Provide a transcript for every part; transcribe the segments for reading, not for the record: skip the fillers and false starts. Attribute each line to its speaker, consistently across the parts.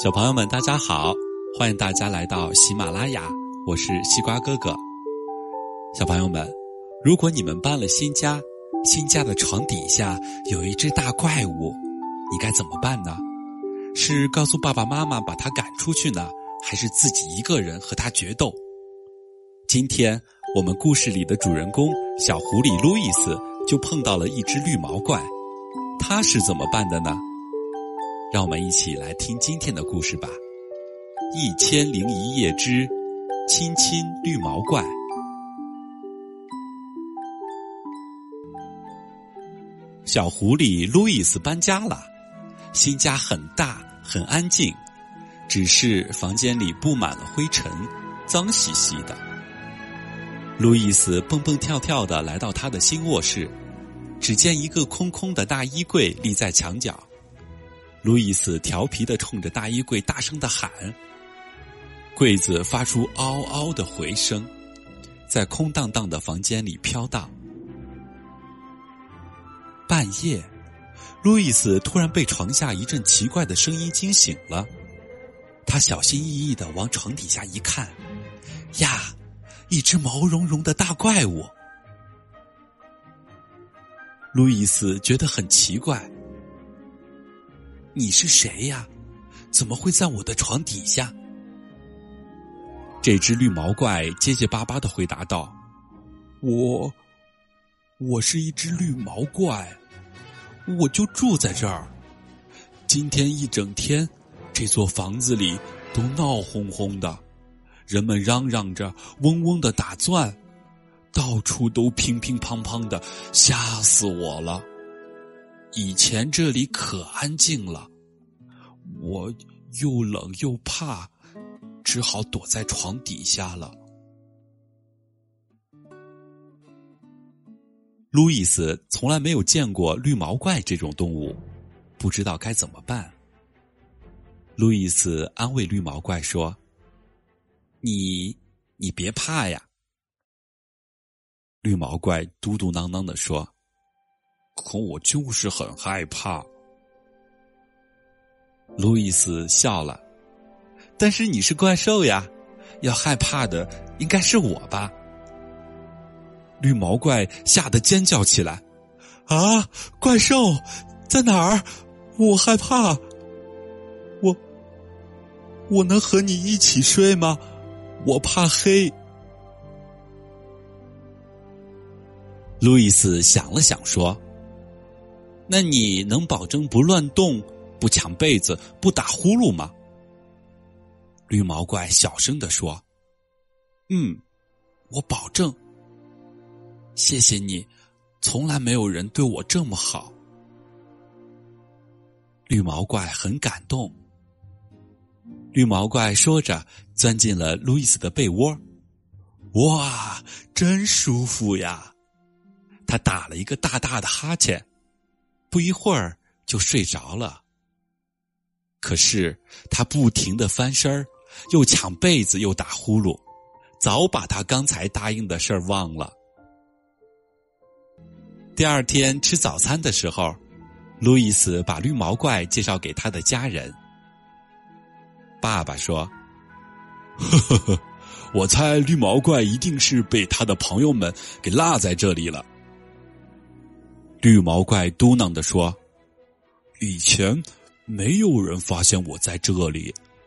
Speaker 1: 小朋友们大家好，欢迎大家来到喜马拉雅，我是西瓜哥哥。小朋友们，如果你们搬了新家，新家的床底下有一只大怪物，你该怎么办呢？是告诉爸爸妈妈把它赶出去呢，还是自己一个人和它决斗？今天我们故事里的主人公小狐狸路易斯就碰到了一只绿毛怪，他是怎么办的呢？让我们一起来听今天的故事吧。1001夜之亲亲绿毛怪。小狐狸路易斯搬家了，新家很大很安静，只是房间里布满了灰尘，脏兮兮的。路易斯蹦蹦跳跳地来到他的新卧室，只见一个空空的大衣柜立在墙角。路易斯调皮地冲着大衣柜大声地喊，柜子发出嗷嗷的回声，在空荡荡的房间里飘荡。半夜，路易斯突然被床下一阵奇怪的声音惊醒了。他小心翼翼地往床底下一看，呀，一只毛茸茸的大怪物。路易斯觉得很奇怪，你是谁呀？怎么会在我的床底下？这只绿毛怪结结巴巴地回答道，我是一只绿毛怪，我就住在这儿。今天一整天，这座房子里都闹哄哄的，人们嚷嚷着，嗡嗡地打钻，到处都乒乒乓乓的，吓死我了。以前这里可安静了，我又冷又怕，只好躲在床底下了。路易斯从来没有见过绿毛怪这种动物，不知道该怎么办。路易斯安慰绿毛怪说，你别怕呀。绿毛怪嘟嘟囔囔地说，可我就是很害怕。路易斯笑了，但是你是怪兽呀，要害怕的应该是我吧。绿毛怪吓得尖叫起来，啊，怪兽在哪儿？我害怕。我能和你一起睡吗？我怕黑。路易斯想了想说，那你能保证不乱动，不抢被子，不打呼噜吗？绿毛怪小声地说，我保证。谢谢你，从来没有人对我这么好。绿毛怪很感动。绿毛怪说着，钻进了路易斯的被窝。哇，真舒服呀！他打了一个大大的哈欠，不一会儿就睡着了。可是他不停地翻身，又抢被子又打呼噜，早把他刚才答应的事儿忘了。第二天吃早餐的时候，路易斯把绿毛怪介绍给他的家人。爸爸说，呵呵，我猜绿毛怪一定是被他的朋友们给落在这里了。绿毛怪嘟囔地说，以前没有人发现我在这里。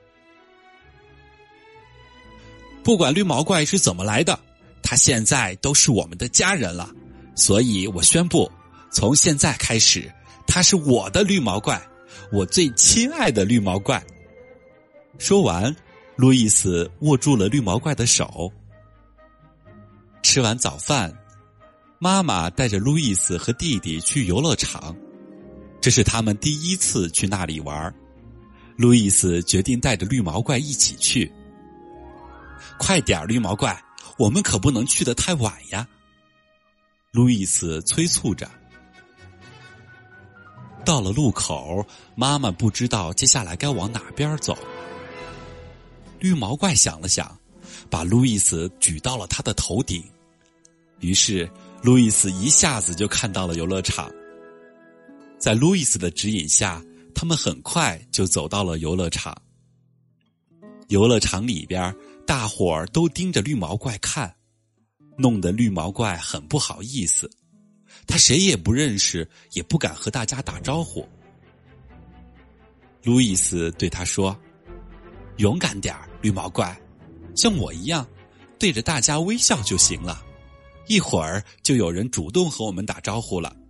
Speaker 1: 不管绿毛怪是怎么来的，他现在都是我们的家人了，所以我宣布，从现在开始，他是我的绿毛怪，我最亲爱的绿毛怪。说完，路易斯握住了绿毛怪的手。吃完早饭，妈妈带着路易斯和弟弟去游乐场，这是他们第一次去那里玩。路易斯决定带着绿毛怪一起去。快点，绿毛怪，我们可不能去得太晚呀！路易斯催促着。到了路口，妈妈不知道接下来该往哪边走。绿毛怪想了想，把路易斯举到了他的头顶，于是路易斯一下子就看到了游乐场。在路易斯的指引下，他们很快就走到了游乐场。 游乐场里边，大伙儿都盯着绿毛怪看，弄得绿毛怪很不好意思。他谁也不认识，也不敢和大家打招呼。路易斯对他说：“勇敢点儿，绿毛怪，像我一样，对着大家微笑就行了。一会儿就有人主动和我们打招呼了。”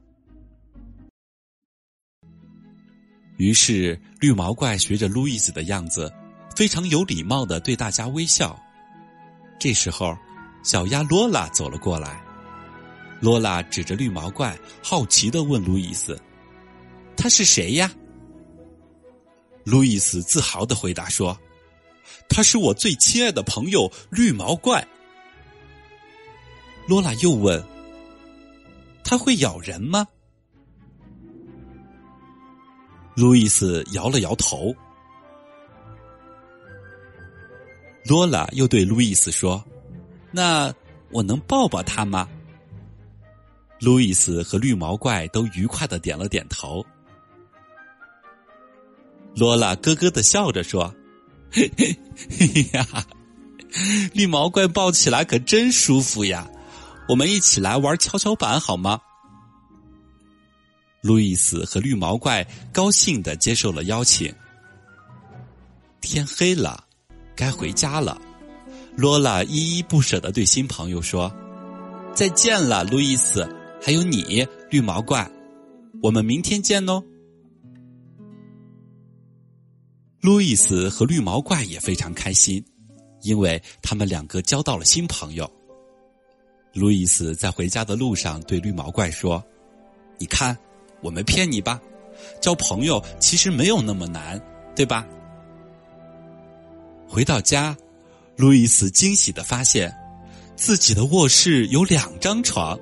Speaker 1: 于是绿毛怪学着路易斯的样子，非常有礼貌地对大家微笑。这时候，小鸭罗拉走了过来。罗拉指着绿毛怪，好奇地问路易斯：“他是谁呀？”路易斯自豪地回答说：“他是我最亲爱的朋友绿毛怪。”罗拉又问：“他会咬人吗？”路易斯摇了摇头。罗拉又对路易斯说：“那我能抱抱他吗？”路易斯和绿毛怪都愉快地点了点头。罗拉咯咯地笑着说：“嘿嘿嘿呀，绿毛怪抱起来可真舒服呀，我们一起来玩跷跷板好吗？”路易斯和绿毛怪高兴地接受了邀请。天黑了，该回家了。罗拉依依不舍地对新朋友说：“再见了，路易斯，还有你，绿毛怪，我们明天见哦。”路易斯和绿毛怪也非常开心，因为他们两个交到了新朋友。路易斯在回家的路上对绿毛怪说：“你看，我没骗你吧？交朋友其实没有那么难，对吧？”回到家，路易斯惊喜地发现，自己的卧室有2张床。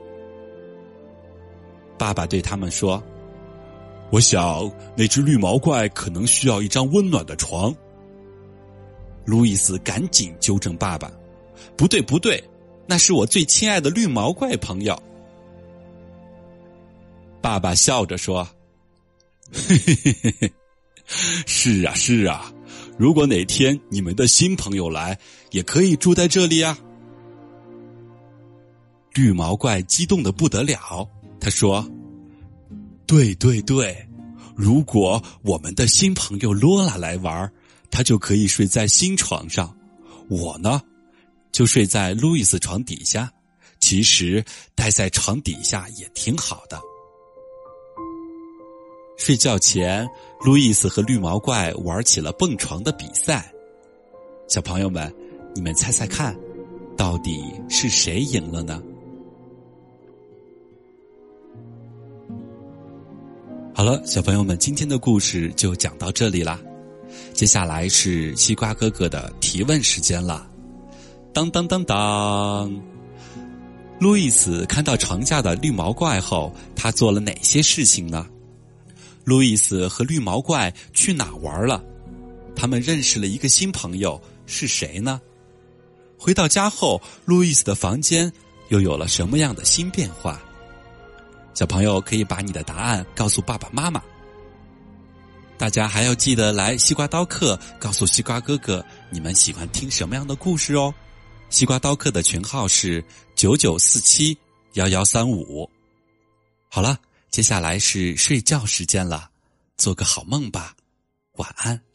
Speaker 1: 爸爸对他们说：“我想那只绿毛怪可能需要一张温暖的床。”路易斯赶紧纠正爸爸：“不对不对，那是我最亲爱的绿毛怪朋友。”爸爸笑着说：“嘿嘿嘿嘿嘿，是啊是啊，如果哪天你们的新朋友来，也可以住在这里啊。”绿毛怪激动得不得了，他说：“对对对，如果我们的新朋友罗拉来玩，他就可以睡在新床上，我呢，就睡在路易斯床底下。其实待在床底下也挺好的。”睡觉前，路易斯和绿毛怪玩起了蹦床的比赛。小朋友们，你们猜猜看，到底是谁赢了呢？好了，小朋友们，今天的故事就讲到这里啦。接下来是西瓜哥哥的提问时间了。当当当当！路易斯看到床下的绿毛怪后，他做了哪些事情呢？路易斯和绿毛怪去哪玩了？他们认识了一个新朋友，是谁呢？回到家后，路易斯的房间又有了什么样的新变化？小朋友可以把你的答案告诉爸爸妈妈。大家还要记得来西瓜刀课，告诉西瓜哥哥你们喜欢听什么样的故事哦。西瓜刀课的群号是99471135。好了，接下来是睡觉时间了，做个好梦吧，晚安。